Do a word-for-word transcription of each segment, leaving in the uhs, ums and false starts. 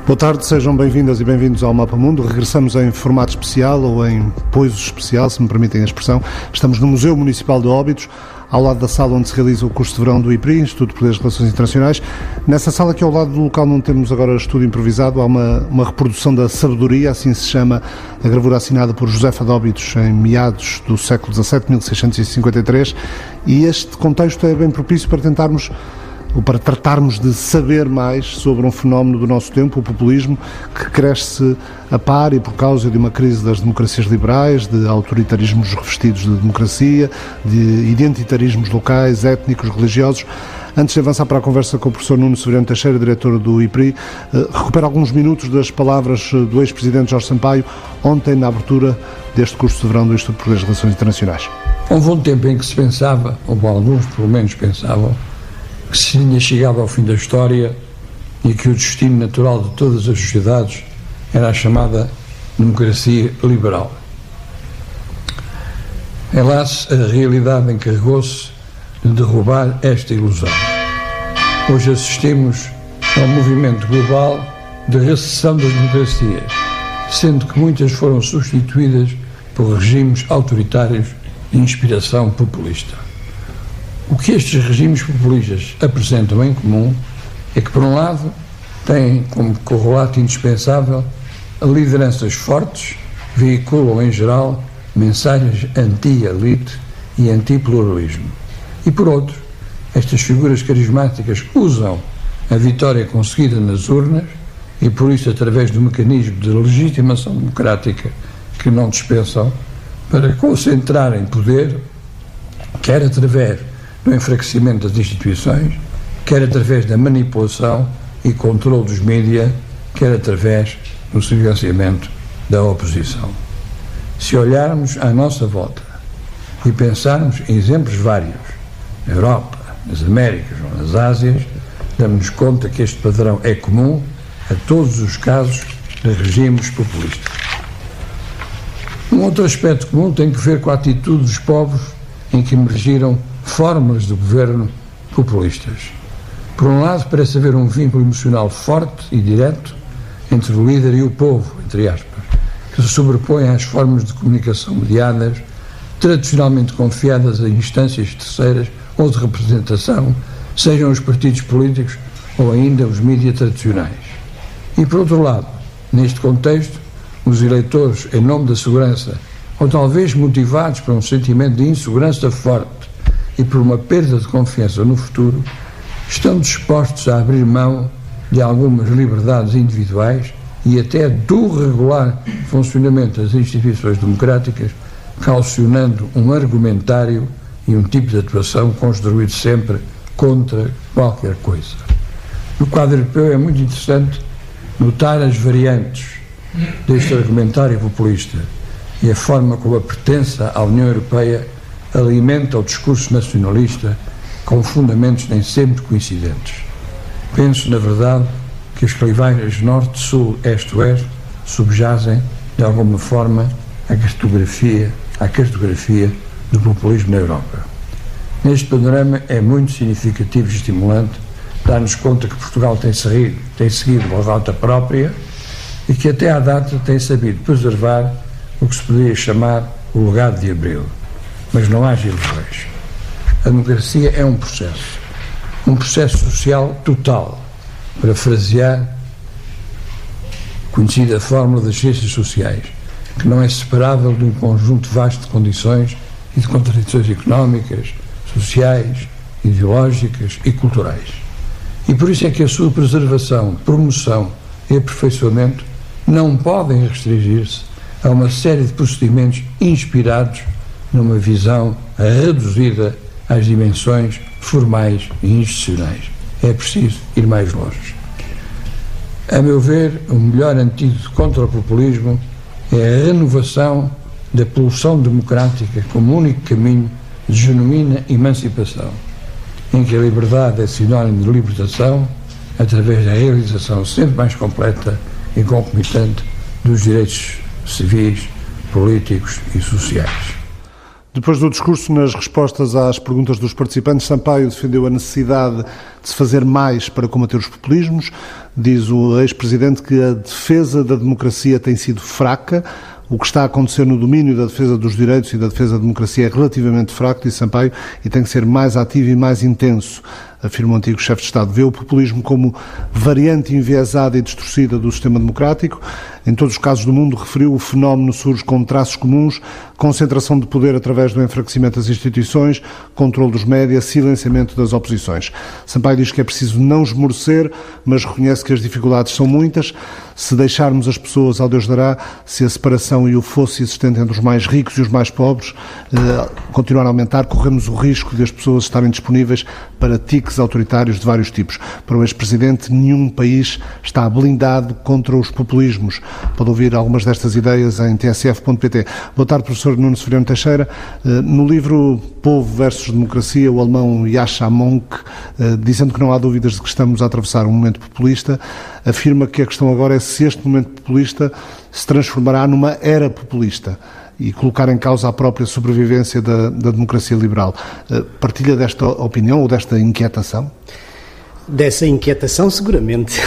Boa tarde, sejam bem-vindas e bem-vindos ao Mapa Mundo. Regressamos em formato especial ou em poiso especial, se me permitem a expressão. Estamos no Museu Municipal de Óbidos, ao lado da sala onde se realiza o curso de verão do I P R I, Instituto de Poderes e Relações Internacionais. Nessa sala aqui ao lado do local onde temos agora estúdio improvisado, há uma, uma reprodução da Sabedoria, assim se chama a gravura assinada por Josefa de Óbidos em meados do século dezassete, mil seiscentos e cinquenta e três, e este contexto é bem propício para tentarmos ou para tratarmos de saber mais sobre um fenómeno do nosso tempo, o populismo, que cresce a par e por causa de uma crise das democracias liberais, de autoritarismos revestidos de democracia, de identitarismos locais, étnicos, religiosos. Antes de avançar para a conversa com o professor Nuno Severiano Teixeira, diretor do I P R I, recupero alguns minutos das palavras do ex-presidente Jorge Sampaio, ontem na abertura deste curso de verão do Instituto de Poderes e Relações Internacionais. Houve um tempo em que se pensava, ou alguns pelo menos pensavam, que se tinha chegado ao fim da história e que o destino natural de todas as sociedades era a chamada democracia liberal. Hélas, a realidade encarregou-se de derrubar esta ilusão. Hoje assistimos a um movimento global de recessão das democracias, sendo que muitas foram substituídas por regimes autoritários de inspiração populista. O que estes regimes populistas apresentam em comum é que, por um lado, têm como correlato indispensável lideranças fortes, veiculam em geral mensagens anti-elite e anti-pluralismo. E, por outro, estas figuras carismáticas usam a vitória conseguida nas urnas e, por isso, através do mecanismo de legitimação democrática que não dispensam, para concentrarem poder, quer através do enfraquecimento das instituições, quer através da manipulação e controle dos mídias, quer através do silenciamento da oposição. Se olharmos à nossa volta e pensarmos em exemplos vários, na Europa, nas Américas ou nas Ásias, damos-nos conta que este padrão é comum a todos os casos de regimes populistas. Um outro aspecto comum tem que ver com a atitude dos povos em que emergiram fórmulas de governo populistas. Por um lado, parece haver um vínculo emocional forte e direto entre o líder e o povo, entre aspas, que se sobrepõe às formas de comunicação mediadas, tradicionalmente confiadas a instâncias terceiras ou de representação, sejam os partidos políticos ou ainda os mídias tradicionais. E, por outro lado, neste contexto, os eleitores, em nome da segurança, ou talvez motivados por um sentimento de insegurança forte e por uma perda de confiança no futuro, estão dispostos a abrir mão de algumas liberdades individuais e até do regular funcionamento das instituições democráticas, calcionando um argumentário e um tipo de atuação construído sempre contra qualquer coisa. No quadro europeu é muito interessante notar as variantes deste argumentário populista e a forma como a pertença à União Europeia alimenta o discurso nacionalista com fundamentos nem sempre coincidentes. Penso, na verdade, que as clivagens norte, sul, este, oeste subjazem, de alguma forma, a cartografia, a cartografia do populismo na Europa. Neste panorama é muito significativo e estimulante dar-nos conta que Portugal tem seguido, tem seguido uma rota própria e que até à data tem sabido preservar o que se poderia chamar o legado de Abril. Mas não há ilusões. A democracia é um processo, um processo social total, para frasear a conhecida fórmula das ciências sociais, que não é separável de um conjunto vasto de condições e de contradições económicas, sociais, ideológicas e culturais. E por isso é que a sua preservação, promoção e aperfeiçoamento não podem restringir-se a uma série de procedimentos inspirados numa visão reduzida às dimensões formais e institucionais. É preciso ir mais longe. A meu ver, o melhor antídoto contra o populismo é a renovação da pulsão democrática como único caminho de genuína emancipação, em que a liberdade é sinónimo de libertação através da realização sempre mais completa e concomitante dos direitos civis, políticos e sociais. Depois do discurso, nas respostas às perguntas dos participantes, Sampaio defendeu a necessidade de se fazer mais para combater os populismos. Diz o ex-presidente que a defesa da democracia tem sido fraca. O que está a acontecer no domínio da defesa dos direitos e da defesa da democracia é relativamente fraco, diz Sampaio, e tem que ser mais ativo e mais intenso, afirma o antigo chefe de Estado. Vê o populismo como variante enviesada e distorcida do sistema democrático. Em todos os casos do mundo, referiu, o fenómeno surge com traços comuns: concentração de poder através do enfraquecimento das instituições, controle dos médias, silenciamento das oposições. Sampaio diz que é preciso não esmorecer, mas reconhece que as dificuldades são muitas. Se deixarmos as pessoas ao Deus dará, se a separação e o fosso existente entre os mais ricos e os mais pobres eh, continuar a aumentar, corremos o risco de as pessoas estarem disponíveis para tiques autoritários de vários tipos. Para o ex-presidente, nenhum país está blindado contra os populismos. Pode ouvir algumas destas ideias em t s f ponto p t. Boa tarde, professor Nuno Severiano Teixeira. No livro Povo versus Democracia, o alemão Yascha Mounk, dizendo que não há dúvidas de que estamos a atravessar um momento populista, afirma que a questão agora é se este momento populista se transformará numa era populista e colocar em causa a própria sobrevivência da, da democracia liberal. Partilha desta opinião ou desta inquietação? Dessa inquietação, seguramente.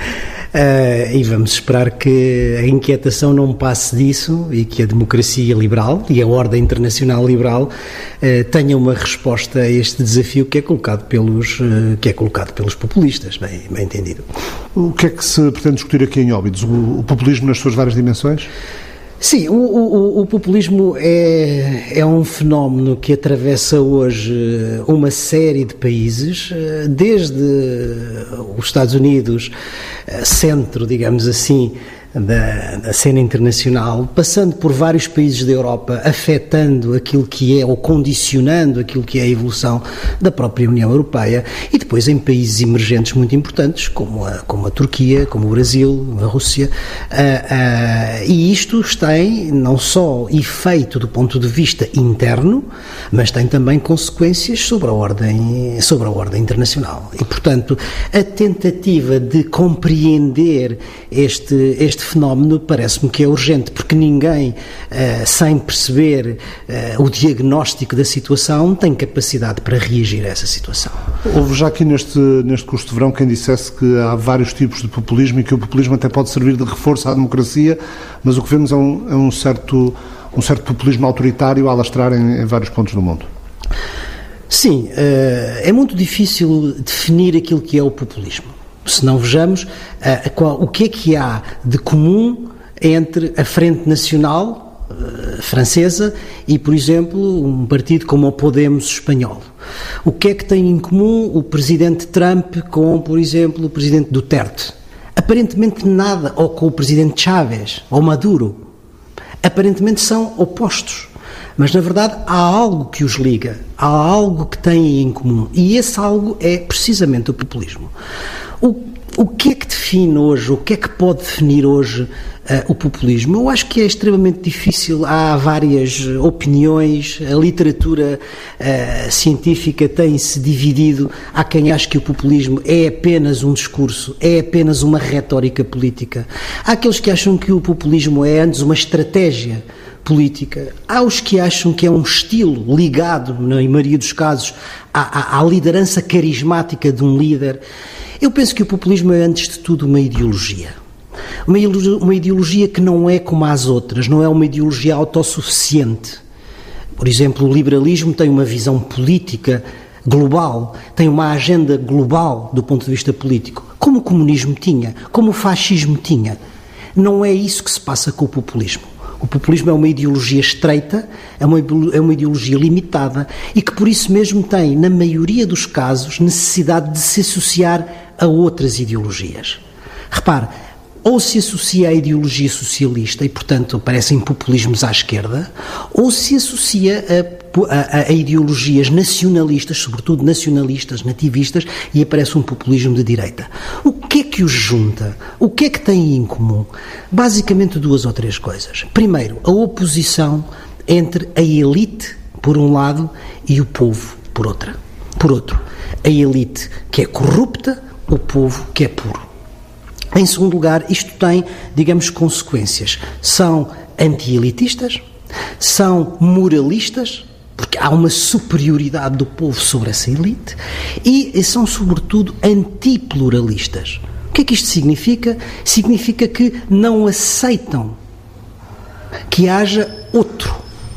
Uh, e vamos esperar que a inquietação não passe disso e que a democracia liberal e a ordem internacional liberal uh, tenha uma resposta a este desafio que é colocado pelos, uh, que é colocado pelos populistas, bem, bem entendido. O que é que se pretende discutir aqui em Óbidos? O, o populismo nas suas várias dimensões? Sim, o, o, o populismo é, é um fenómeno que atravessa hoje uma série de países, desde os Estados Unidos, centro, digamos assim, da, da cena internacional, passando por vários países da Europa, afetando aquilo que é, ou condicionando aquilo que é a evolução da própria União Europeia, e depois em países emergentes muito importantes, como a, como a Turquia, como o Brasil, a Rússia, uh, uh, e isto tem não só efeito do ponto de vista interno, mas tem também consequências sobre a ordem, sobre a ordem internacional. E, portanto, a tentativa de compreender este, este fenómeno parece-me que é urgente, porque ninguém, uh, sem perceber uh, o diagnóstico da situação, tem capacidade para reagir a essa situação. Houve já aqui neste, neste curso de verão quem dissesse que há vários tipos de populismo e que o populismo até pode servir de reforço à democracia, mas o que vemos é um, é um, certo, um certo populismo autoritário a alastrar em, em vários pontos do mundo. Sim, uh, é muito difícil definir aquilo que é o populismo. Se não vejamos uh, qual, o que é que há de comum entre a Frente Nacional uh, francesa e, por exemplo, um partido como o Podemos espanhol. O que é que tem em comum o presidente Trump com, por exemplo, o presidente Duterte? Aparentemente nada, ou com o presidente Chávez, ou Maduro. Aparentemente são opostos. Mas, na verdade, há algo que os liga, há algo que têm em comum, e esse algo é precisamente o populismo. O, o que é que define hoje, o que é que pode definir hoje uh, o populismo? Eu acho que é extremamente difícil, há várias opiniões, a literatura uh, científica tem-se dividido, há quem ache que o populismo é apenas um discurso, é apenas uma retórica política, há aqueles que acham que o populismo é antes uma estratégia política, há os que acham que é um estilo ligado, na maioria dos casos, à, à, à liderança carismática de um líder. Eu penso que o populismo é, antes de tudo, uma ideologia. Uma, uma ideologia que não é como as outras, não é uma ideologia autossuficiente. Por exemplo, o liberalismo tem uma visão política global, tem uma agenda global do ponto de vista político, como o comunismo tinha, como o fascismo tinha. Não é isso que se passa com o populismo. O populismo é uma ideologia estreita, é uma, é uma ideologia limitada e que por isso mesmo tem, na maioria dos casos, necessidade de se associar a outras ideologias. Repare, ou se associa à ideologia socialista e, portanto, aparecem populismos à esquerda, ou se associa a, a, a ideologias nacionalistas, sobretudo nacionalistas, nativistas, e aparece um populismo de direita. O que é que os junta? O que é que têm em comum? Basicamente duas ou três coisas. Primeiro, a oposição entre a elite, por um lado, e o povo, por outra. Por outro, a elite que é corrupta, o povo que é puro. Em segundo lugar, isto tem, digamos, consequências. São anti-elitistas, são moralistas há uma superioridade do povo sobre essa elite e são, sobretudo, antipluralistas. O que é que isto significa? Significa que não aceitam que haja outro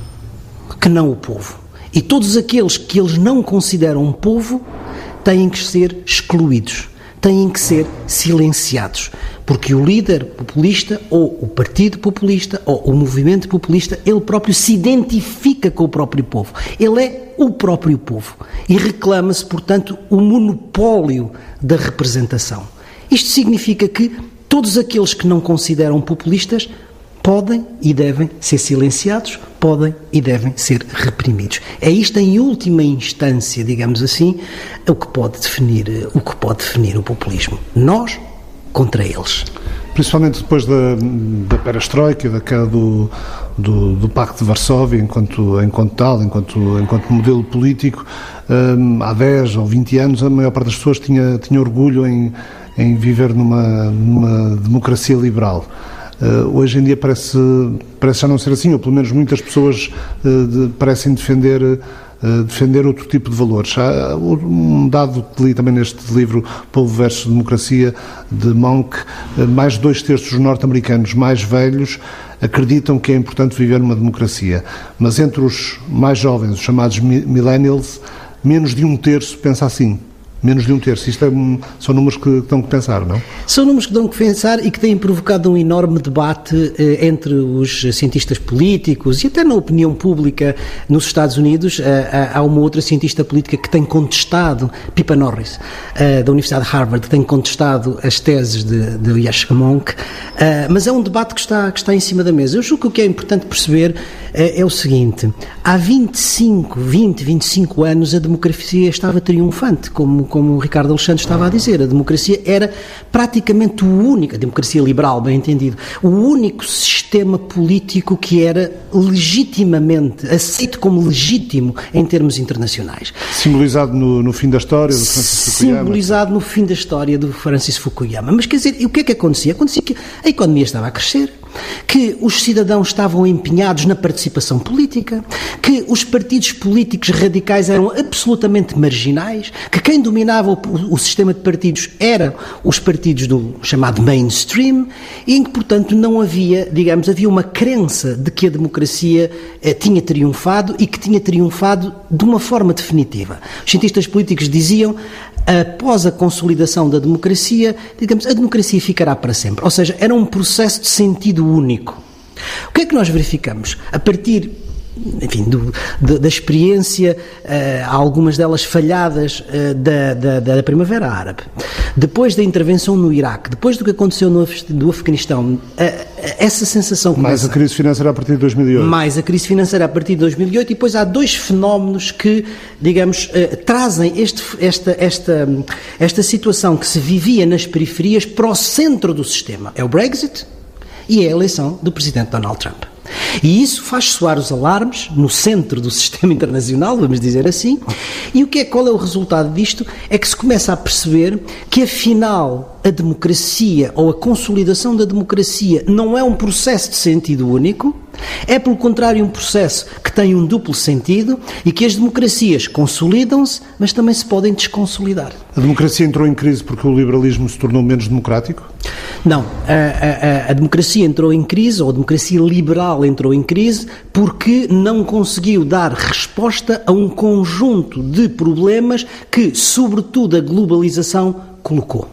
que não o povo. E todos aqueles que eles não consideram um povo têm que ser excluídos, têm que ser silenciados, porque o líder populista ou o partido populista ou o movimento populista, ele próprio se identifica com o próprio povo. Ele é o próprio povo e reclama-se, portanto, o monopólio da representação. Isto significa que todos aqueles que não consideram populistas podem e devem ser silenciados, podem e devem ser reprimidos. É isto, em última instância, digamos assim, o que pode definir, o que pode definir o populismo. Nós contra eles. Principalmente depois da, da perestroika, da queda do, do, do Pacto de Varsóvia, enquanto, enquanto tal, enquanto, enquanto modelo político, hum, há dez ou vinte anos a maior parte das pessoas tinha, tinha orgulho em, em viver numa, numa democracia liberal. Uh, hoje em dia parece, parece já não ser assim, ou pelo menos muitas pessoas uh, de, parecem defender, uh, defender outro tipo de valores. Há um dado que li também neste livro, Povo versus Democracia, de Monk, uh, mais de dois terços dos norte-americanos mais velhos acreditam que é importante viver numa democracia, mas entre os mais jovens, os chamados millennials, menos de um terço pensa assim. Menos de um terço. Isto é, são números que dão que pensar, não? São números que dão que pensar e que têm provocado um enorme debate eh, entre os cientistas políticos e até na opinião pública nos Estados Unidos. Eh, há uma outra cientista política que tem contestado, Pippa Norris, eh, da Universidade de Harvard, que tem contestado as teses de, de Yascha Mounk, eh, mas é um debate que está, que está em cima da mesa. Eu julgo que o que é importante perceber eh, é o seguinte: há vinte e cinco, vinte, vinte e cinco anos a democracia estava triunfante, como como o Ricardo Alexandre estava a dizer, a democracia era praticamente o único, a democracia liberal, bem entendido, o único sistema político que era legitimamente, aceito como legítimo em termos internacionais. Simbolizado no, no fim da história do Francis Fukuyama. Simbolizado no fim da história do Francis Fukuyama. Mas quer dizer, o que é que acontecia? Acontecia que a economia estava a crescer, que os cidadãos estavam empenhados na participação política, que os partidos políticos radicais eram absolutamente marginais, que quem dominava o, o sistema de partidos eram os partidos do chamado mainstream, e em que, portanto, não havia, digamos, havia uma crença de que a democracia eh, tinha triunfado e que tinha triunfado de uma forma definitiva. Os cientistas políticos diziam: após a consolidação da democracia, digamos, a democracia ficará para sempre. Ou seja, era um processo de sentido único. O que é que nós verificamos? A partir, enfim, do, da, da experiência, uh, algumas delas falhadas, uh, da, da, da Primavera Árabe, depois da intervenção no Iraque, depois do que aconteceu no, no Afeganistão, uh, essa sensação começa... Mais a crise financeira a partir de dois mil e oito. Mais a crise financeira a partir de dois mil e oito, e depois há dois fenómenos que, digamos, uh, trazem este, esta, esta, esta situação que se vivia nas periferias para o centro do sistema. É o Brexit e é a eleição do presidente Donald Trump. E isso faz soar os alarmes no centro do sistema internacional, vamos dizer assim, e o que é, qual é o resultado disto? É que se começa a perceber que, afinal, a democracia ou a consolidação da democracia não é um processo de sentido único, é, pelo contrário, um processo que tem um duplo sentido e que as democracias consolidam-se, mas também se podem desconsolidar. A democracia entrou em crise porque o liberalismo se tornou menos democrático? Não, a, a, a democracia entrou em crise, ou a democracia liberal entrou em crise, porque não conseguiu dar resposta a um conjunto de problemas que, sobretudo, a globalização colocou.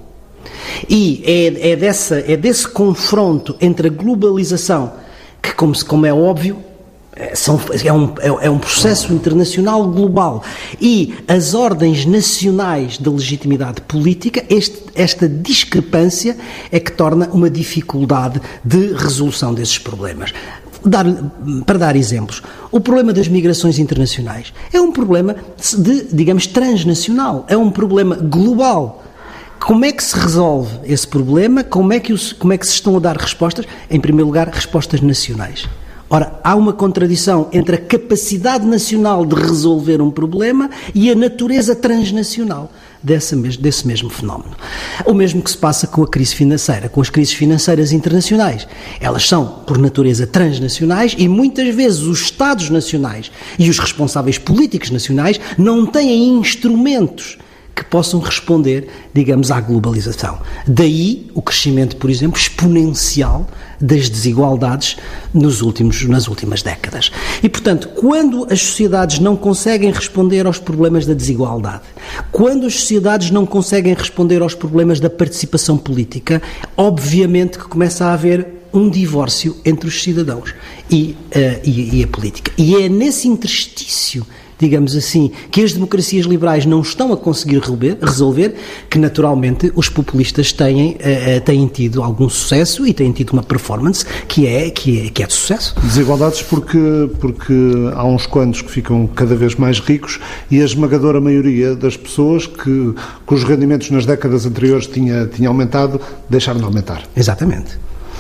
E é, é, dessa, é desse confronto entre a globalização, que, como, como é óbvio, São, é, um, é um processo internacional global, e as ordens nacionais da legitimidade política, este, esta discrepância é que torna uma dificuldade de resolução desses problemas. Dar, para dar exemplos, o problema das migrações internacionais é um problema de, digamos, transnacional, é um problema global. Como é que se resolve esse problema? Como é que, os, como é que se estão a dar respostas? Em primeiro lugar, respostas nacionais. Ora, há uma contradição entre a capacidade nacional de resolver um problema e a natureza transnacional desse mesmo, desse mesmo fenómeno. O mesmo que se passa com a crise financeira, com as crises financeiras internacionais. Elas são, por natureza, transnacionais e muitas vezes os Estados nacionais e os responsáveis políticos nacionais não têm instrumentos que possam responder, digamos, à globalização. Daí o crescimento, por exemplo, exponencial das desigualdades nos últimos, nas últimas décadas. E, portanto, quando as sociedades não conseguem responder aos problemas da desigualdade, quando as sociedades não conseguem responder aos problemas da participação política, obviamente que começa a haver um divórcio entre os cidadãos e, uh, e, e a política. E é nesse interstício, digamos assim, que as democracias liberais não estão a conseguir resolver, que naturalmente os populistas têm, uh, têm tido algum sucesso e têm tido uma performance que é, que é, que é de sucesso. Desigualdades porque, porque há uns quantos que ficam cada vez mais ricos e a esmagadora maioria das pessoas que, cujos rendimentos nas décadas anteriores tinha, tinha aumentado, deixaram de aumentar. Exatamente.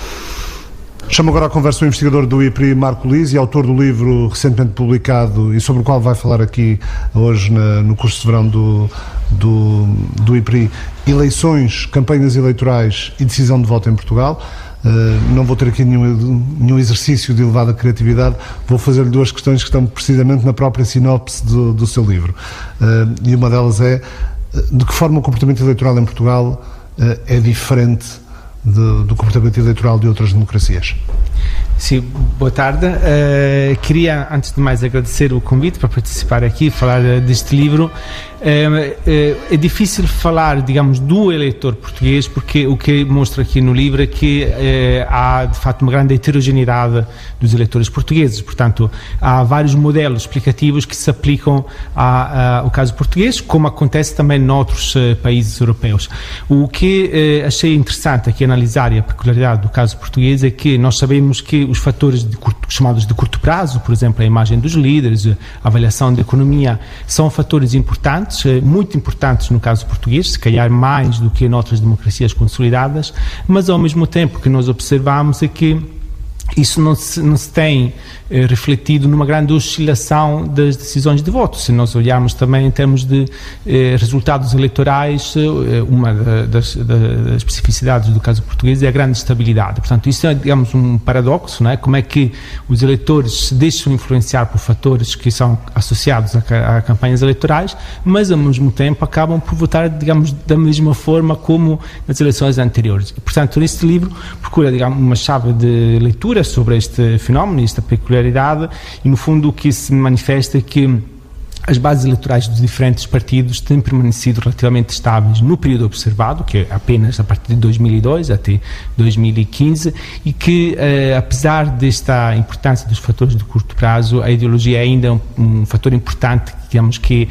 Chamo agora à conversa o investigador do I P R I, Marco Lisi, autor do livro recentemente publicado e sobre o qual vai falar aqui hoje na, no curso de verão do, do, do I P R I, Eleições, Campanhas Eleitorais e Decisão de Voto em Portugal. Uh, não vou ter aqui nenhum, nenhum exercício de elevada criatividade, vou fazer-lhe duas questões que estão precisamente na própria sinopse do, do seu livro. Uh, e uma delas é, de que forma o comportamento eleitoral em Portugal uh, é diferente De, do comportamento eleitoral de outras democracias? Sim, boa tarde. Uh, queria, antes de mais, agradecer o convite para participar aqui e falar uh, deste livro. Uh, uh, é difícil falar, digamos, do eleitor português, porque o que mostra aqui no livro é que uh, há, de facto, uma grande heterogeneidade dos eleitores portugueses. Portanto, há vários modelos explicativos que se aplicam a, a, ao caso português, como acontece também noutros uh, países europeus. O que uh, achei interessante aqui analisar, e a peculiaridade do caso português, é que nós sabemos que os fatores de curto, chamados de curto prazo, por exemplo, a imagem dos líderes, a avaliação da economia, são fatores importantes, muito importantes no caso português, se calhar mais do que em outras democracias consolidadas, mas ao mesmo tempo que nós observamos é que isso não se, não se tem eh, refletido numa grande oscilação das decisões de voto. Se nós olharmos também em termos de eh, resultados eleitorais, eh, uma das, das especificidades do caso português é a grande estabilidade. Portanto, isso é, digamos, um paradoxo, não é? Como é que os eleitores se deixam influenciar por fatores que são associados a, a campanhas eleitorais, mas ao mesmo tempo acabam por votar, digamos, da mesma forma como nas eleições anteriores. E, portanto, neste livro procura, digamos, uma chave de leitura sobre este fenómeno, esta peculiaridade, e no fundo o que se manifesta é que as bases eleitorais dos diferentes partidos têm permanecido relativamente estáveis no período observado, que é apenas a partir de dois mil e dois até dois mil e quinze, e que, eh, apesar desta importância dos fatores de curto prazo, a ideologia é ainda um, um fator importante, digamos, que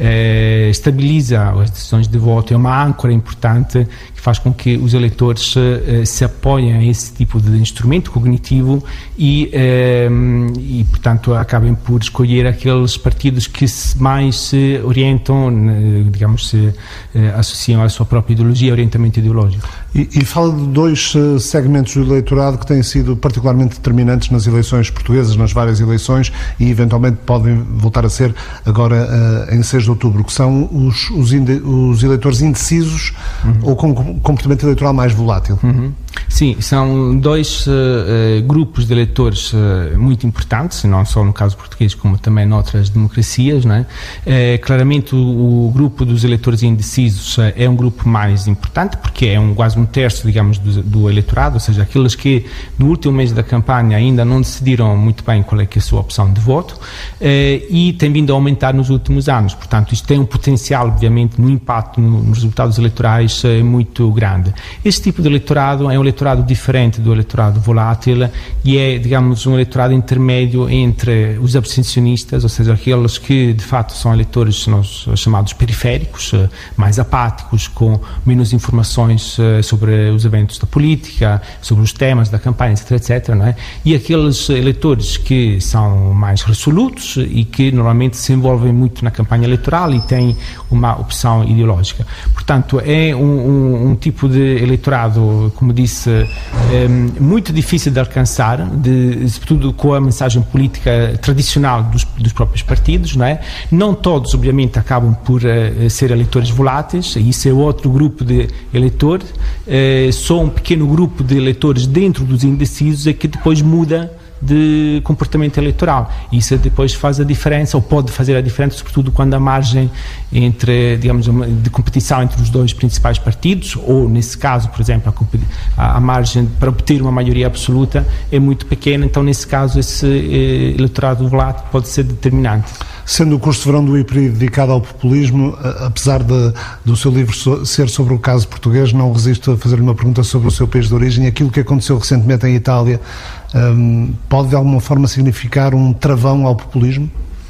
eh, estabiliza as decisões de voto, é uma âncora importante que faz com que os eleitores eh, se apoiem a esse tipo de instrumento cognitivo e, eh, e, portanto, acabem por escolher aqueles partidos que se mais se orientam, digamos, se eh, associam à sua própria ideologia, orientamento ideológico. E, e fala de dois uh, segmentos do eleitorado que têm sido particularmente determinantes nas eleições portuguesas, nas várias eleições, e eventualmente podem voltar a ser agora uh, em seis de outubro, que são os, os, inde, os eleitores indecisos, uhum, ou com comportamento eleitoral mais volátil. Uhum. Sim, são dois uh, grupos de eleitores uh, muito importantes, não só no caso português como também noutras democracias, não é? Uh, claramente o, o grupo dos eleitores indecisos uh, é um grupo mais importante, porque é um, quase um terço, digamos, do, do eleitorado, ou seja, aqueles que no último mês da campanha ainda não decidiram muito bem qual é que é a sua opção de voto, uh, e tem vindo a aumentar nos últimos anos. Portanto, isto tem um potencial, obviamente, no impacto no, nos resultados eleitorais uh, muito grande. Este tipo de eleitorado é um eleitorado diferente do eleitorado volátil e é, digamos, um eleitorado intermédio entre os abstencionistas, ou seja, aqueles que de facto são eleitores nós, chamados periféricos, mais apáticos, com menos informações sobre os eventos da política, sobre os temas da campanha, etc, etc, não é? E aqueles eleitores que são mais resolutos e que normalmente se envolvem muito na campanha eleitoral e têm uma opção ideológica. Portanto, é um, um, um tipo de eleitorado, como disse, um, muito difícil de alcançar, de, sobretudo com a mensagem política tradicional dos, dos próprios partidos, não é? Não todos, obviamente, acabam por uh, ser eleitores voláteis, isso é outro grupo de eleitores, uh, só um pequeno grupo de eleitores dentro dos indecisos é que depois muda de comportamento eleitoral. Isso depois faz a diferença, ou pode fazer a diferença, sobretudo quando a margem entre, digamos, de competição entre os dois principais partidos, ou nesse caso, por exemplo, a, a margem para obter uma maioria absoluta é muito pequena, então nesse caso esse eh, eleitorado volátil pode ser determinante. Sendo o curso de verão do I P R I dedicado ao populismo, apesar de, do seu livro so, ser sobre o caso português, não resisto a fazer-lhe uma pergunta sobre o seu país de origem. Aquilo que aconteceu recentemente em Itália um, pode de alguma forma significar um travão ao populismo?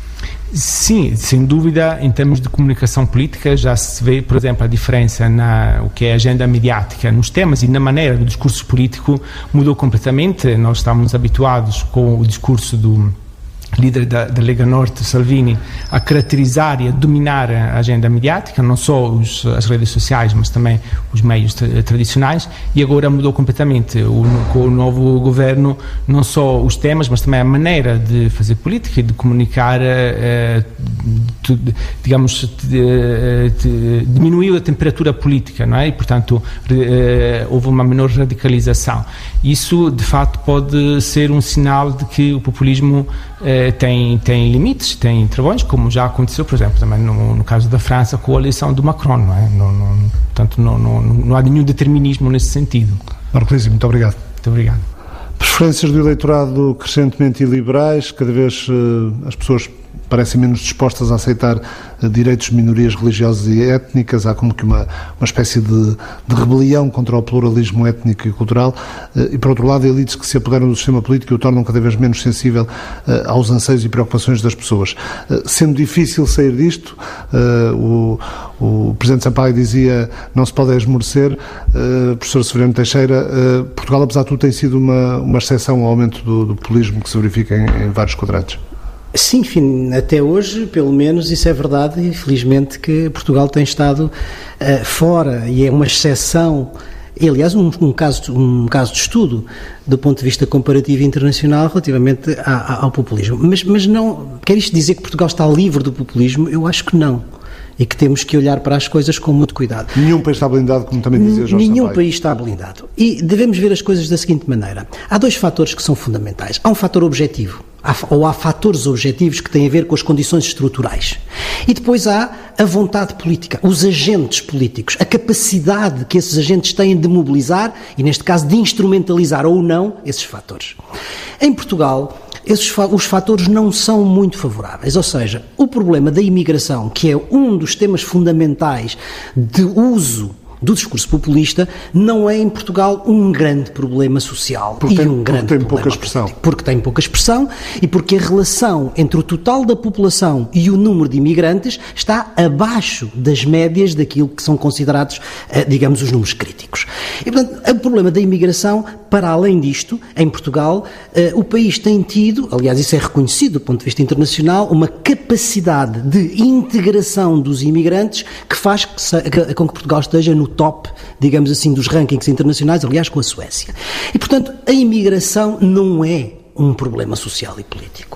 Sim, sem dúvida, em termos de comunicação política já se vê, por exemplo, a diferença na o que é a agenda mediática nos temas e na maneira do discurso político mudou completamente. Nós estamos habituados com o discurso do líder da, da Lega Norte, Salvini, a caracterizar e a dominar a agenda mediática, não só os, as redes sociais, mas também os meios tra- tradicionais, e agora mudou completamente. O, com o novo governo, não só os temas, mas também a maneira de fazer política e de comunicar, eh, tu, digamos, de, de, diminuiu a temperatura política, não é? E, portanto, eh, houve uma menor radicalização. Isso, de facto, pode ser um sinal de que o populismo eh, Tem, tem limites, tem travões, como já aconteceu, por exemplo, também no, no caso da França, com a eleição do Macron, não é? Não, não, portanto, não, não, não há nenhum determinismo nesse sentido. Marco Lísio, muito obrigado. Muito obrigado. Preferências do eleitorado crescentemente iliberais, cada vez uh, as pessoas parecem menos dispostas a aceitar uh, direitos de minorias religiosas e étnicas, há como que uma, uma espécie de, de rebelião contra o pluralismo étnico e cultural, uh, e por outro lado elites que se apoderam do sistema político e o tornam cada vez menos sensível uh, aos anseios e preocupações das pessoas. Uh, sendo difícil sair disto, uh, o, o Presidente Sampaio dizia não se pode esmorecer, uh, professor Severino Teixeira, uh, Portugal apesar de tudo tem sido uma, uma exceção ao aumento do, do populismo que se verifica em, em vários quadrantes. Sim, enfim, até hoje, pelo menos, isso é verdade e felizmente que Portugal tem estado uh, fora e é uma exceção, e, aliás, um, um, caso, um caso de estudo do ponto de vista comparativo internacional relativamente a, a, ao populismo. Mas, mas não, quer isto dizer que Portugal está livre do populismo? Eu acho que não. E que temos que olhar para as coisas com muito cuidado. Nenhum país está blindado, como também dizia Jorge Nenhum Sampaio. país está blindado. E devemos ver as coisas da seguinte maneira. Há dois fatores que são fundamentais. Há um fator objetivo, há, ou há fatores objetivos que têm a ver com as condições estruturais. E depois há a vontade política, os agentes políticos, a capacidade que esses agentes têm de mobilizar e, neste caso, de instrumentalizar ou não esses fatores. Em Portugal, esses, os fatores não são muito favoráveis, ou seja, o problema da imigração, que é um dos temas fundamentais de uso do discurso populista, não é em Portugal um grande problema social porque e tem, um grande porque tem problema pouca expressão. político. Porque tem pouca expressão e porque a relação entre o total da população e o número de imigrantes está abaixo das médias daquilo que são considerados, digamos, os números críticos. E, portanto, o problema da imigração, para além disto, em Portugal, o país tem tido, aliás, isso é reconhecido do ponto de vista internacional, uma capacidade de integração dos imigrantes que faz que se, que, com que Portugal esteja no top, digamos assim, dos rankings internacionais, aliás, com a Suécia. E, portanto, a imigração não é um problema social e político.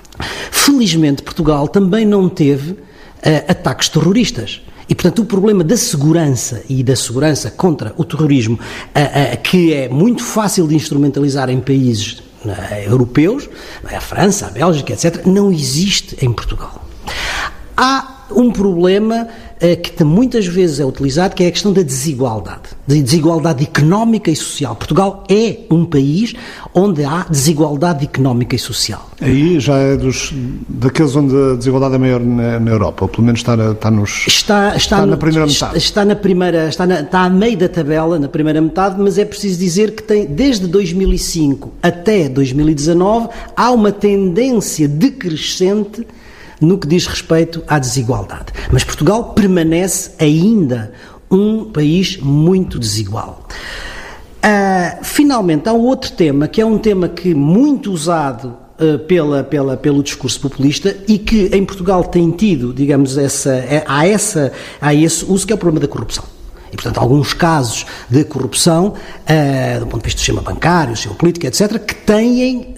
Felizmente, Portugal também não teve uh, ataques terroristas. E, portanto, o problema da segurança e da segurança contra o terrorismo, uh, uh, que é muito fácil de instrumentalizar em países uh, europeus, a França, a Bélgica, etcétera, não existe em Portugal. Há um problema que muitas vezes é utilizado, que é a questão da desigualdade, da desigualdade económica e social. Portugal é um país onde há desigualdade económica e social. Aí já é dos, daqueles onde a desigualdade é maior na, na Europa, ou pelo menos está, na, está, nos, está, está, está no, na primeira metade. Está, na primeira, está, na, está a meio da tabela, na primeira metade, mas é preciso dizer que tem, desde dois mil e cinco até dois mil e dezanove, há uma tendência decrescente no que diz respeito à desigualdade. Mas Portugal permanece ainda um país muito desigual. Uh, finalmente, há um outro tema, que é um tema que muito usado uh, pela, pela, pelo discurso populista e que em Portugal tem tido, digamos, essa, há, essa, há esse uso, que é o problema da corrupção. e, portanto, alguns casos de corrupção, uh, do ponto de vista do sistema bancário, do sistema político, etcétera, que têm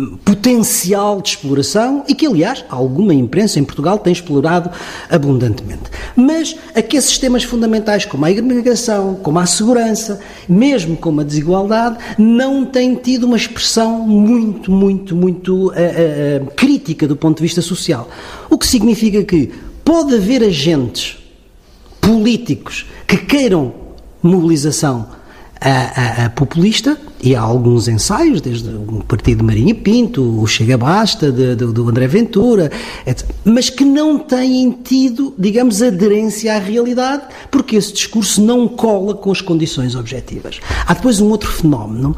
potencial de exploração e que, aliás, alguma imprensa em Portugal tem explorado abundantemente. Mas aqueles sistemas fundamentais, como a imigração, como a segurança, mesmo como a desigualdade, não têm tido uma expressão muito, muito, muito uh, uh, crítica do ponto de vista social. O que significa que pode haver agentes políticos que queiram mobilização A, a, a populista, e há alguns ensaios, desde o partido de Marinho Pinto, o Chega Basta, de, de, do André Ventura, etcétera, mas que não têm tido, digamos, aderência à realidade, porque esse discurso não cola com as condições objetivas. Há depois um outro fenómeno,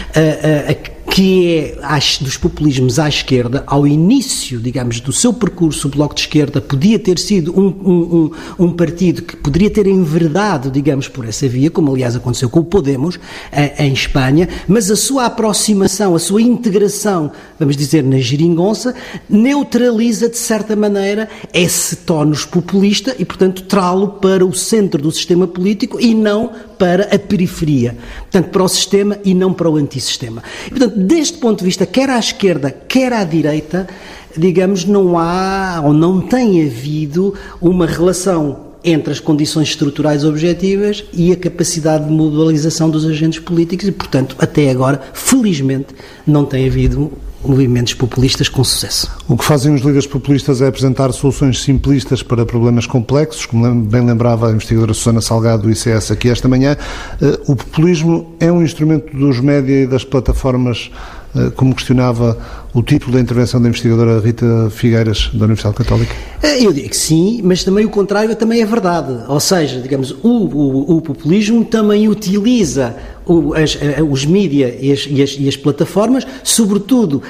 uh, uh, que é dos populismos à esquerda. Ao início, digamos, do seu percurso, o Bloco de Esquerda podia ter sido um, um, um, um partido que poderia ter enverdado, digamos, por essa via, como aliás aconteceu com o Podemos, em, em Espanha, mas a sua aproximação, a sua integração, vamos dizer, na geringonça, neutraliza, de certa maneira, esse tónus populista e, portanto, trá-lo para o centro do sistema político e não para a periferia. Portanto, para o sistema e não para o antissistema. E, portanto, deste ponto de vista, quer à esquerda, quer à direita, digamos, não há ou não tem havido uma relação entre as condições estruturais objetivas e a capacidade de mobilização dos agentes políticos e, portanto, até agora, felizmente, não tem havido movimentos populistas com sucesso. O que fazem os líderes populistas é apresentar soluções simplistas para problemas complexos, como bem lembrava a investigadora Susana Salgado do I C S aqui esta manhã. O populismo é um instrumento dos média e das plataformas, como questionava o título da intervenção da investigadora Rita Figueiras, da Universidade Católica? Eu digo que sim, mas também o contrário também é verdade. Ou seja, digamos, o, o, o populismo também utiliza o, as, os mídia e as, e, as, e as plataformas, sobretudo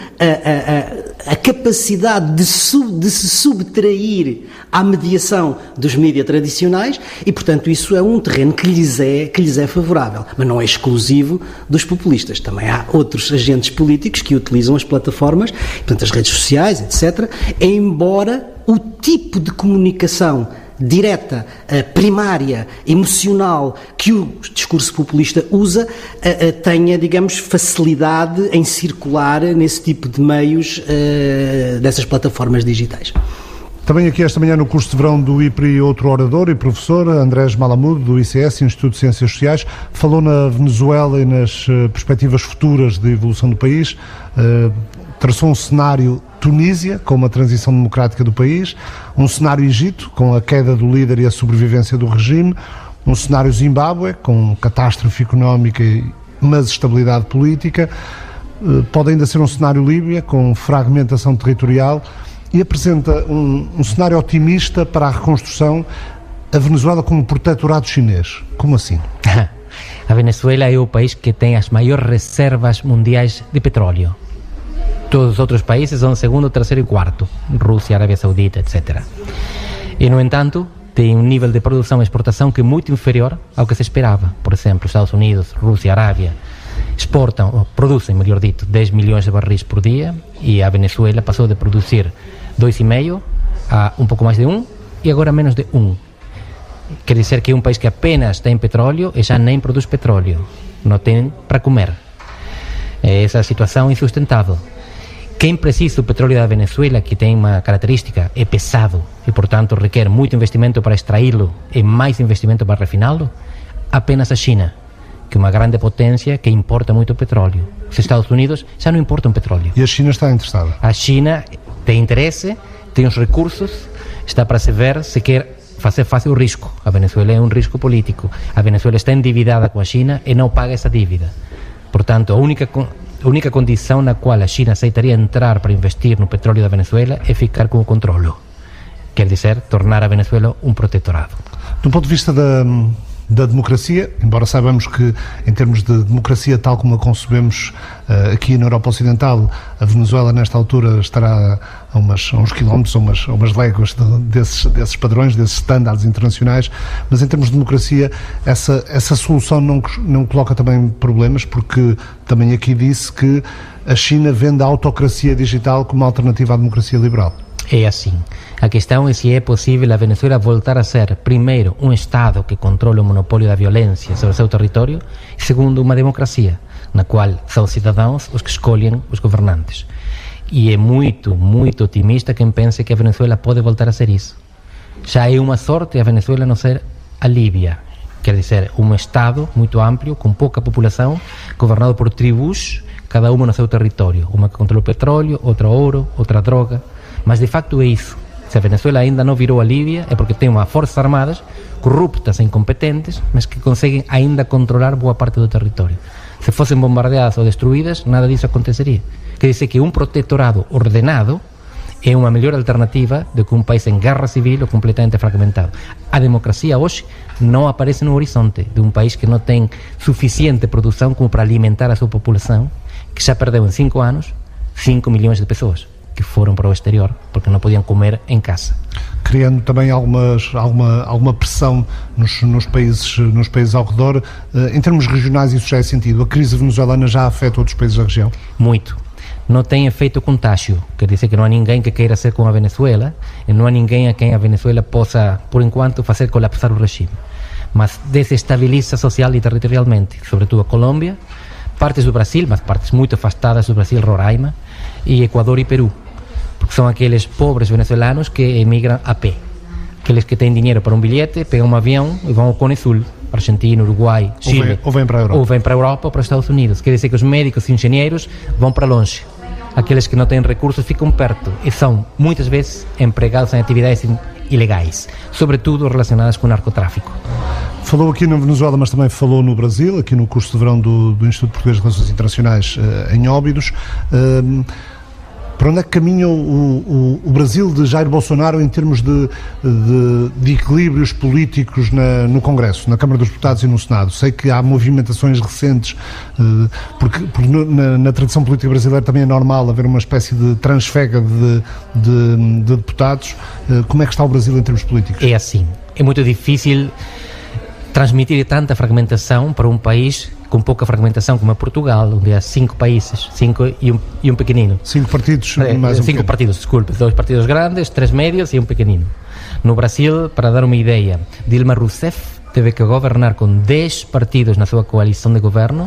a, a, a capacidade de, sub, de se subtrair à mediação dos mídia tradicionais e, portanto, isso é um terreno que lhes é, que lhes é favorável. Mas não é exclusivo dos populistas. Também há outros agentes políticos que utilizam as plataformas, portanto, as redes sociais, etcétera, embora o tipo de comunicação direta, primária, emocional, que o discurso populista usa, tenha, digamos, facilidade em circular nesse tipo de meios dessas plataformas digitais. Também aqui esta manhã no curso de verão do I P R I outro orador e professor, Andrés Malamud, do I C S, Instituto de Ciências Sociais, falou na Venezuela e nas perspectivas futuras de evolução do país, traçou um cenário Tunísia, com uma transição democrática do país, um cenário Egito, com a queda do líder e a sobrevivência do regime, um cenário Zimbábue, com catástrofe económica, mas estabilidade política, pode ainda ser um cenário Líbia, com fragmentação territorial, e apresenta um, um cenário otimista para a reconstrução, a Venezuela como protetorado chinês. Como assim? A Venezuela é o país que tem as maiores reservas mundiais de petróleo. Todos os outros países são segundo, terceiro e quarto, Rússia, Arábia Saudita, etcétera. E, no entanto, tem um nível de produção e exportação que é muito inferior ao que se esperava. Por exemplo, Estados Unidos, Rússia, Arábia exportam, ou produzem, melhor dito, dez milhões de barris por dia e a Venezuela passou de produzir dois vírgula cinco a um pouco mais de um e agora menos de um. Quer dizer que é um país que apenas tem petróleo e já nem produz petróleo. Não tem para comer. Essa situação é insustentável. Quem precisa do petróleo da Venezuela, que tem uma característica, é pesado e, portanto, requer muito investimento para extraí-lo e mais investimento para refiná-lo, apenas a China, que é uma grande potência que importa muito petróleo. Os Estados Unidos já não importam petróleo. E a China está interessada? A China tem interesse, tem os recursos, está para se ver se quer fazer fácil o risco. A Venezuela é um risco político. A Venezuela está endividada com a China e não paga essa dívida. Portanto, a única... A única condição na qual a China aceitaria entrar para investir no petróleo da Venezuela é ficar com o controlo. Quer dizer, tornar a Venezuela um protetorado. Do ponto de vista da, da democracia, embora saibamos que, em termos de democracia tal como a concebemos uh, aqui na Europa Ocidental, a Venezuela, nesta altura, estará a, umas, a uns quilómetros, a umas, a umas léguas de, desses, desses padrões, desses estándares internacionais, mas em termos de democracia, essa, essa solução não, não coloca também problemas, porque também aqui disse que a China vende a autocracia digital como alternativa à democracia liberal. É assim. A questão é se é possível a Venezuela voltar a ser, primeiro, um Estado que controla o monopólio da violência sobre o seu território e, segundo, uma democracia, na qual são os cidadãos os que escolhem os governantes. E é muito, muito otimista quem pensa que a Venezuela pode voltar a ser isso. Já é uma sorte a Venezuela não ser a Líbia, quer dizer, um Estado muito amplo, com pouca população, governado por tribos, cada uma no seu território, uma que controla o petróleo, outra ouro, outra droga, mas de facto é isso. Se a Venezuela ainda não virou a Líbia é porque tem uma forças armadas corruptas e incompetentes, mas que conseguem ainda controlar boa parte do território. Se fossem bombardeadas ou destruídas, nada disso aconteceria. Quer dizer que um protetorado ordenado é uma melhor alternativa do que um país em guerra civil ou completamente fragmentado. A democracia hoje não aparece no horizonte de um país que não tem suficiente produção como para alimentar a sua população, que já perdeu em cinco anos cinco milhões de pessoas que foram para o exterior porque não podiam comer em casa. Criando também algumas, alguma, alguma pressão nos, nos, países, nos países ao redor. Em termos regionais isso já é sentido. A crise venezuelana já afeta outros países da região? Muito. Não tem efeito contágio, quer dizer que não há ninguém que queira ser como a Venezuela e não há ninguém a quem a Venezuela possa, por enquanto, fazer colapsar o regime. Mas desestabiliza social e territorialmente, sobretudo a Colômbia, partes do Brasil, mas partes muito afastadas do Brasil, Roraima, e Equador e Peru, porque são aqueles pobres venezuelanos que emigram a pé. Aqueles que têm dinheiro para um bilhete, pegam um avião e vão ao Cone Sul, Argentina, Uruguai, Chile. Ou vêm, ou vêm para a Europa. Ou vêm para a Europa ou para os Estados Unidos. Quer dizer que os médicos e engenheiros vão para longe. Aqueles que não têm recursos ficam perto e são, muitas vezes, empregados em atividades ilegais, sobretudo relacionadas com o narcotráfico. Falou aqui na Venezuela, mas também falou no Brasil, aqui no curso de verão do, do Instituto Português de Relações Internacionais, uh, em Óbidos. Uh, Para onde é que caminha o, o, o Brasil de Jair Bolsonaro em termos de, de, de equilíbrios políticos na, no Congresso, na Câmara dos Deputados e no Senado? Sei que há movimentações recentes, porque, porque na, na tradição política brasileira também é normal haver uma espécie de transfega de, de, de deputados. Como é que está o Brasil em termos políticos? É assim, é muito difícil transmitir tanta fragmentação para um país com pouca fragmentação como é Portugal, onde há cinco países, cinco e um, e um pequenino. Cinco partidos, é, mais um Cinco pequeno. partidos, desculpe, dois partidos grandes, três médios e um pequenino. No Brasil, para dar uma ideia, Dilma Rousseff teve que governar com dez partidos na sua coalição de governo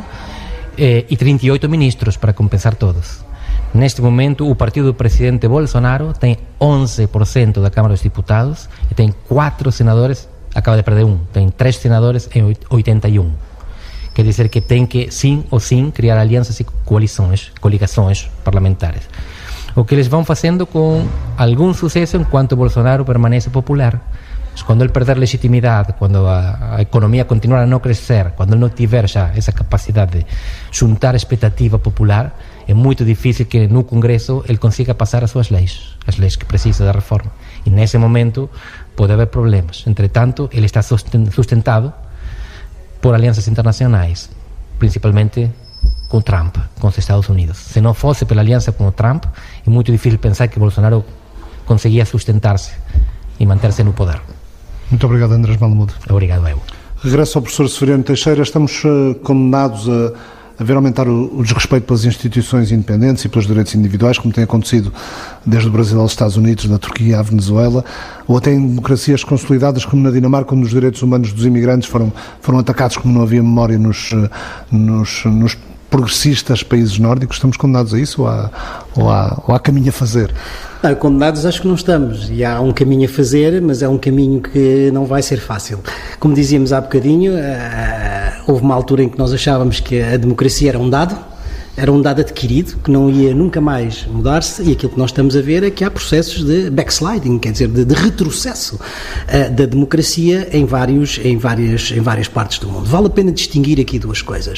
eh, e trinta e oito ministros para compensar todos. Neste momento, o partido do presidente Bolsonaro tem onze por cento da Câmara dos Deputados e tem quatro senadores, acaba de perder um, tem três senadores em oitenta e um. Quer dizer que tem que, sim ou sim, criar alianças e coalições, coligações parlamentares. O que eles vão fazendo com algum sucesso enquanto Bolsonaro permanece popular. Mas quando ele perder legitimidade, quando a, a economia continuar a não crescer, quando ele não tiver já essa capacidade de juntar expectativa popular, é muito difícil que no Congresso ele consiga passar as suas leis, as leis que precisa da reforma. E nesse momento pode haver problemas. Entretanto, ele está sustentado por alianças internacionais, principalmente com Trump, com os Estados Unidos. Se não fosse pela aliança com o Trump, é muito difícil pensar que Bolsonaro conseguia sustentar-se e manter-se no poder. Muito obrigado, Andrés Malamud. Obrigado, eu. Regresso ao professor Severiano Teixeira. Estamos uh, condenados a, a ver aumentar o, o desrespeito pelas instituições independentes e pelos direitos individuais, como tem acontecido desde o Brasil aos Estados Unidos, da Turquia à Venezuela, ou até em democracias consolidadas como na Dinamarca, onde os direitos humanos dos imigrantes foram, foram atacados como não havia memória nos, nos, nos progressistas países nórdicos. Estamos condenados a isso ou há, ou há, ou há caminho a fazer? Não, condenados acho que não estamos, e há um caminho a fazer, mas é um caminho que não vai ser fácil. Como dizíamos há bocadinho, uh, houve uma altura em que nós achávamos que a democracia era um dado, era um dado adquirido, que não ia nunca mais mudar-se, e aquilo que nós estamos a ver é que há processos de backsliding, quer dizer, de, de retrocesso uh, da democracia em, vários, em, várias, em várias partes do mundo. Vale a pena distinguir aqui duas coisas.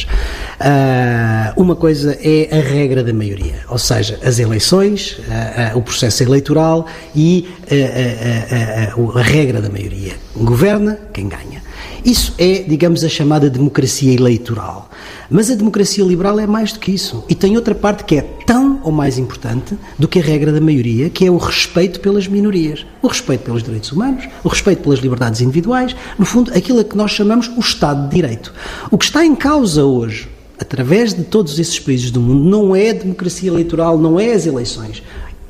Uh, uma coisa é a regra da maioria, ou seja, as eleições, uh, uh, o processo eleitoral e uh, uh, uh, uh, a regra da maioria. Governa quem ganha. Isso é, digamos, a chamada democracia eleitoral. Mas a democracia liberal é mais do que isso. E tem outra parte que é tão ou mais importante do que a regra da maioria, que é o respeito pelas minorias. O respeito pelos direitos humanos, o respeito pelas liberdades individuais, no fundo, aquilo a que nós chamamos o Estado de Direito. O que está em causa hoje, através de todos esses países do mundo, não é a democracia eleitoral, não é as eleições.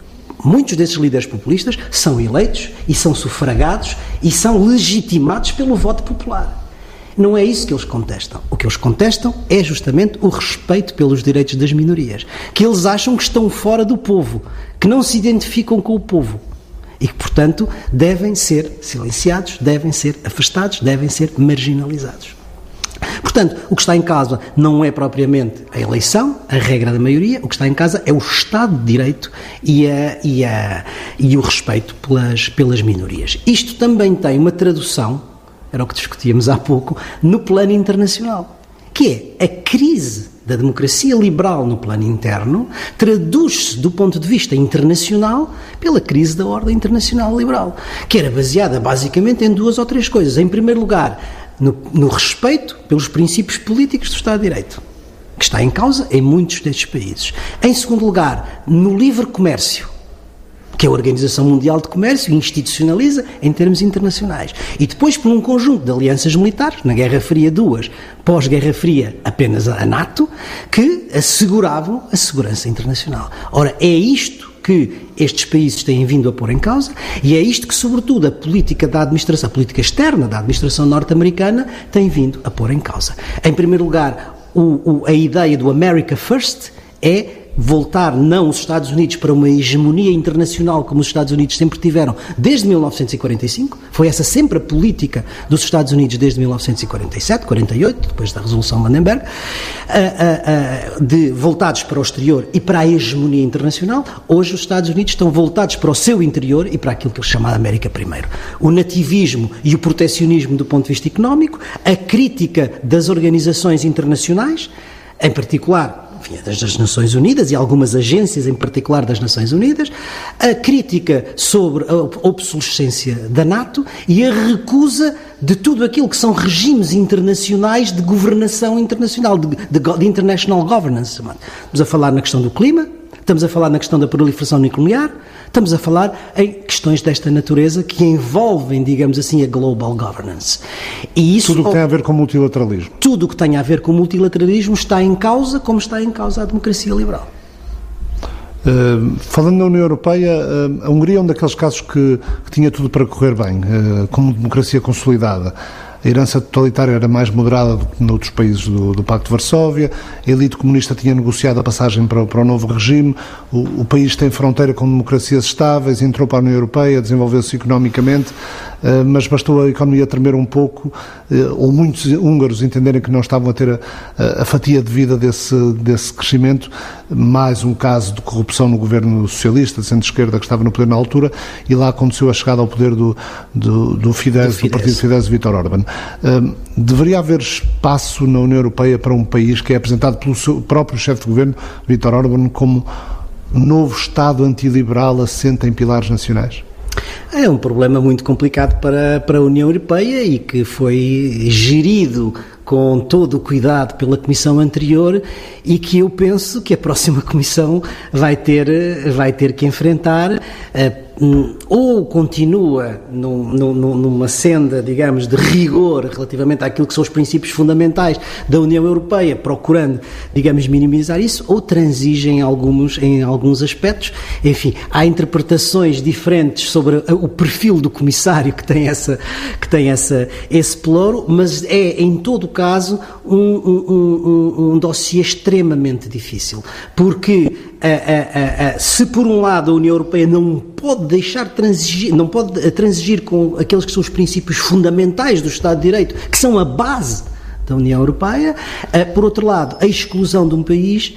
Muitos desses líderes populistas são eleitos e são sufragados e são legitimados pelo voto popular. Não é isso que eles contestam. O que eles contestam é justamente o respeito pelos direitos das minorias, que eles acham que estão fora do povo, que não se identificam com o povo e que, portanto, devem ser silenciados, devem ser afastados, devem ser marginalizados. Portanto, o que está em causa não é propriamente a eleição, a regra da maioria, o que está em causa é o Estado de Direito e, a, e, a, e o respeito pelas, pelas minorias. Isto também tem uma tradução, era o que discutíamos há pouco, no plano internacional, que é a crise da democracia liberal no plano interno traduz-se do ponto de vista internacional pela crise da ordem internacional liberal, que era baseada basicamente em duas ou três coisas. Em primeiro lugar, No, no respeito pelos princípios políticos do Estado de Direito, que está em causa em muitos destes países. Em segundo lugar, no livre comércio, que a Organização Mundial de Comércio institucionaliza em termos internacionais. E depois por um conjunto de alianças militares, na Guerra Fria duas, pós-Guerra Fria apenas a NATO, que asseguravam a segurança internacional. Ora, é isto que estes países têm vindo a pôr em causa e é isto que, sobretudo, a política da administração, a política externa da administração norte-americana tem vindo a pôr em causa. Em primeiro lugar, o, o, a ideia do America First é voltar não os Estados Unidos para uma hegemonia internacional como os Estados Unidos sempre tiveram desde mil novecentos e quarenta e cinco, foi essa sempre a política dos Estados Unidos desde mil novecentos e quarenta e sete, quarenta e oito, depois da Resolução Vandenberg, de voltados para o exterior e para a hegemonia internacional. Hoje os Estados Unidos estão voltados para o seu interior e para aquilo que eles chamam de América primeiro. O nativismo e o protecionismo do ponto de vista económico, a crítica das organizações internacionais, em particular enfim, das Nações Unidas e algumas agências em particular das Nações Unidas, a crítica sobre a obsolescência da NATO e a recusa de tudo aquilo que são regimes internacionais de governação internacional, de, de, de international governance. Estamos a falar na questão do clima, estamos a falar na questão da proliferação nuclear, estamos a falar em questões desta natureza que envolvem, digamos assim, a global governance. E isso, tudo o que tem a ver com multilateralismo. Tudo o que tem a ver com multilateralismo está em causa, como está em causa a democracia liberal. Uh, falando na União Europeia, uh, a Hungria é um daqueles casos que, que tinha tudo para correr bem, uh, como democracia consolidada. A herança totalitária era mais moderada do que noutros países do, do Pacto de Varsóvia, a elite comunista tinha negociado a passagem para, para o novo regime, o, o país tem fronteira com democracias estáveis, entrou para a União Europeia, desenvolveu-se economicamente, uh, mas bastou a economia tremer um pouco, uh, ou muitos húngaros entenderem que não estavam a ter a, a fatia de vida desse, desse crescimento, mais um caso de corrupção no governo socialista, de centro-esquerda, que estava no poder na altura, e lá aconteceu a chegada ao poder do, do, do Fidesz, do, Fidesz. do partido Fidesz de Viktor Orbán. Uh, deveria haver espaço na União Europeia para um país que é apresentado pelo seu próprio chefe de governo, Viktor Orbán, como novo Estado antiliberal assente em pilares nacionais? É um problema muito complicado para, para a União Europeia e que foi gerido com todo o cuidado pela Comissão anterior e que eu penso que a próxima Comissão vai ter, vai ter que enfrentar, uh, ou continua num, num, numa senda, digamos, de rigor relativamente àquilo que são os princípios fundamentais da União Europeia, procurando, digamos, minimizar isso, ou transige em alguns, em alguns aspectos. Enfim, há interpretações diferentes sobre o perfil do comissário que tem, essa, que tem essa, esse pelouro, mas é, em todo o caso, um, um, um, um dossiê extremamente difícil, porque a, a, a, se por um lado a União Europeia não pode deixar transigir, não pode transigir com aqueles que são os princípios fundamentais do Estado de Direito, que são a base da União Europeia, por outro lado, a exclusão de um país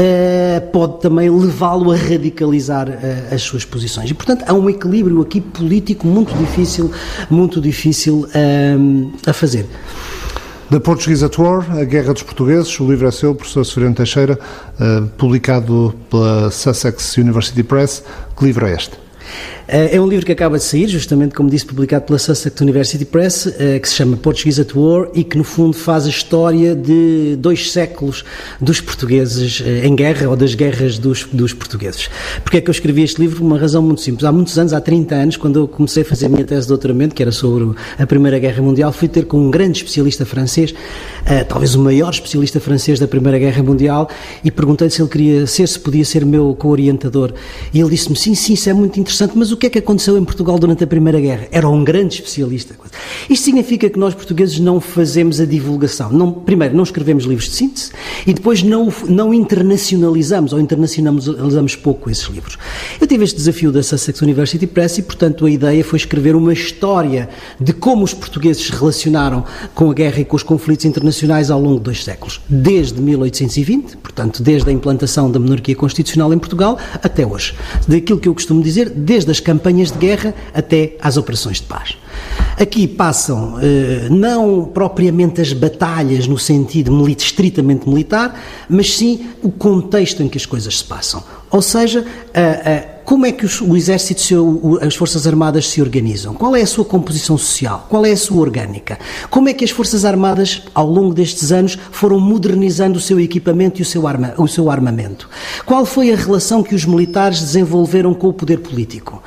pode também levá-lo a radicalizar as suas posições. E, portanto, há um equilíbrio aqui político muito difícil, muito difícil a fazer. The Portuguese at War, A Guerra dos Portugueses, o livro é seu, professor Severino Teixeira, uh, publicado pela Sussex University Press. Que livro é este? É um livro que acaba de sair, justamente como disse, publicado pela Sussex University Press, que se chama Portuguese at War e que no fundo faz a história de dois séculos dos portugueses em guerra ou das guerras dos, dos portugueses. Porque é que eu escrevi este livro? Uma razão muito simples. Há muitos anos, há trinta anos, quando eu comecei a fazer a minha tese de doutoramento, que era sobre a Primeira Guerra Mundial, fui ter com um grande especialista francês, talvez o maior especialista francês da Primeira Guerra Mundial, e perguntei-lhe se ele queria ser, se podia ser meu co-orientador. E ele disse-me, sim, sim, isso é muito interessante, mas o que é que aconteceu em Portugal durante a Primeira Guerra? Era um grande especialista. Isto significa que nós portugueses não fazemos a divulgação. Não, primeiro, não escrevemos livros de síntese e depois não, não internacionalizamos ou internacionalizamos pouco esses livros. Eu tive este desafio da Sussex University Press e, portanto, a ideia foi escrever uma história de como os portugueses se relacionaram com a guerra e com os conflitos internacionais ao longo de dois séculos. Desde mil oitocentos e vinte, portanto, desde a implantação da monarquia constitucional em Portugal até hoje. Daquilo que eu costumo dizer, desde as campanhas de guerra até às operações de paz. Aqui passam eh, não propriamente as batalhas no sentido milita, estritamente militar, mas sim o contexto em que as coisas se passam. Ou seja, a, a como é que o Exército, as Forças Armadas se organizam? Qual é a sua composição social? Qual é a sua orgânica? Como é que as Forças Armadas, ao longo destes anos, foram modernizando o seu equipamento e o seu, arma, o seu armamento? Qual foi a relação que os militares desenvolveram com o poder político?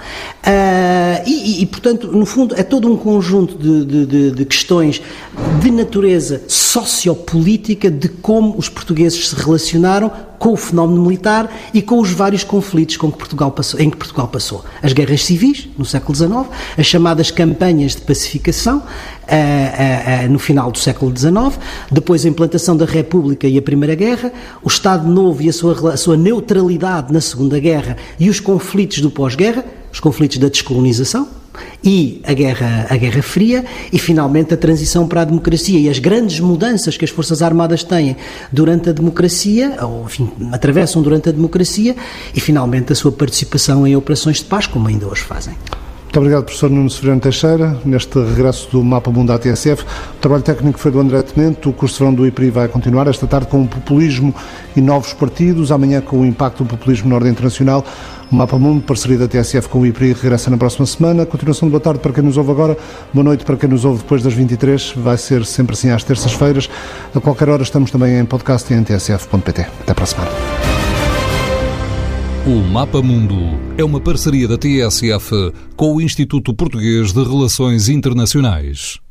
Uh, e, e, portanto, no fundo, é todo um conjunto de, de, de, de questões de natureza sociopolítica de como os portugueses se relacionaram com o fenómeno militar e com os vários conflitos com que Portugal passou, em que Portugal passou. As guerras civis, no século dezenove, as chamadas campanhas de pacificação, a, a, a, no final do século dezenove, depois a implantação da República e a Primeira Guerra, o Estado Novo e a sua, a sua neutralidade na Segunda Guerra e os conflitos do pós-guerra, os conflitos da descolonização, e a guerra, a Guerra Fria e finalmente a transição para a democracia e as grandes mudanças que as Forças Armadas têm durante a democracia, ou enfim, atravessam durante a democracia e finalmente a sua participação em operações de paz, como ainda hoje fazem. Muito obrigado, professor Nuno Severiano Teixeira, neste regresso do Mapa Mundo à T S F. O trabalho técnico foi do André Tenente, o curso de verão do I P R I vai continuar esta tarde com o populismo e novos partidos, amanhã com o impacto do populismo na ordem internacional. O Mapa Mundo, parceria da T S F com o I P R I, regressa na próxima semana. Continuação de boa tarde para quem nos ouve agora, boa noite para quem nos ouve depois das vinte e três, vai ser sempre assim às terças-feiras. A qualquer hora estamos também em podcast e em t s f ponto p t. Até para a semana. O Mapa Mundo é uma parceria da T S F com o Instituto Português de Relações Internacionais.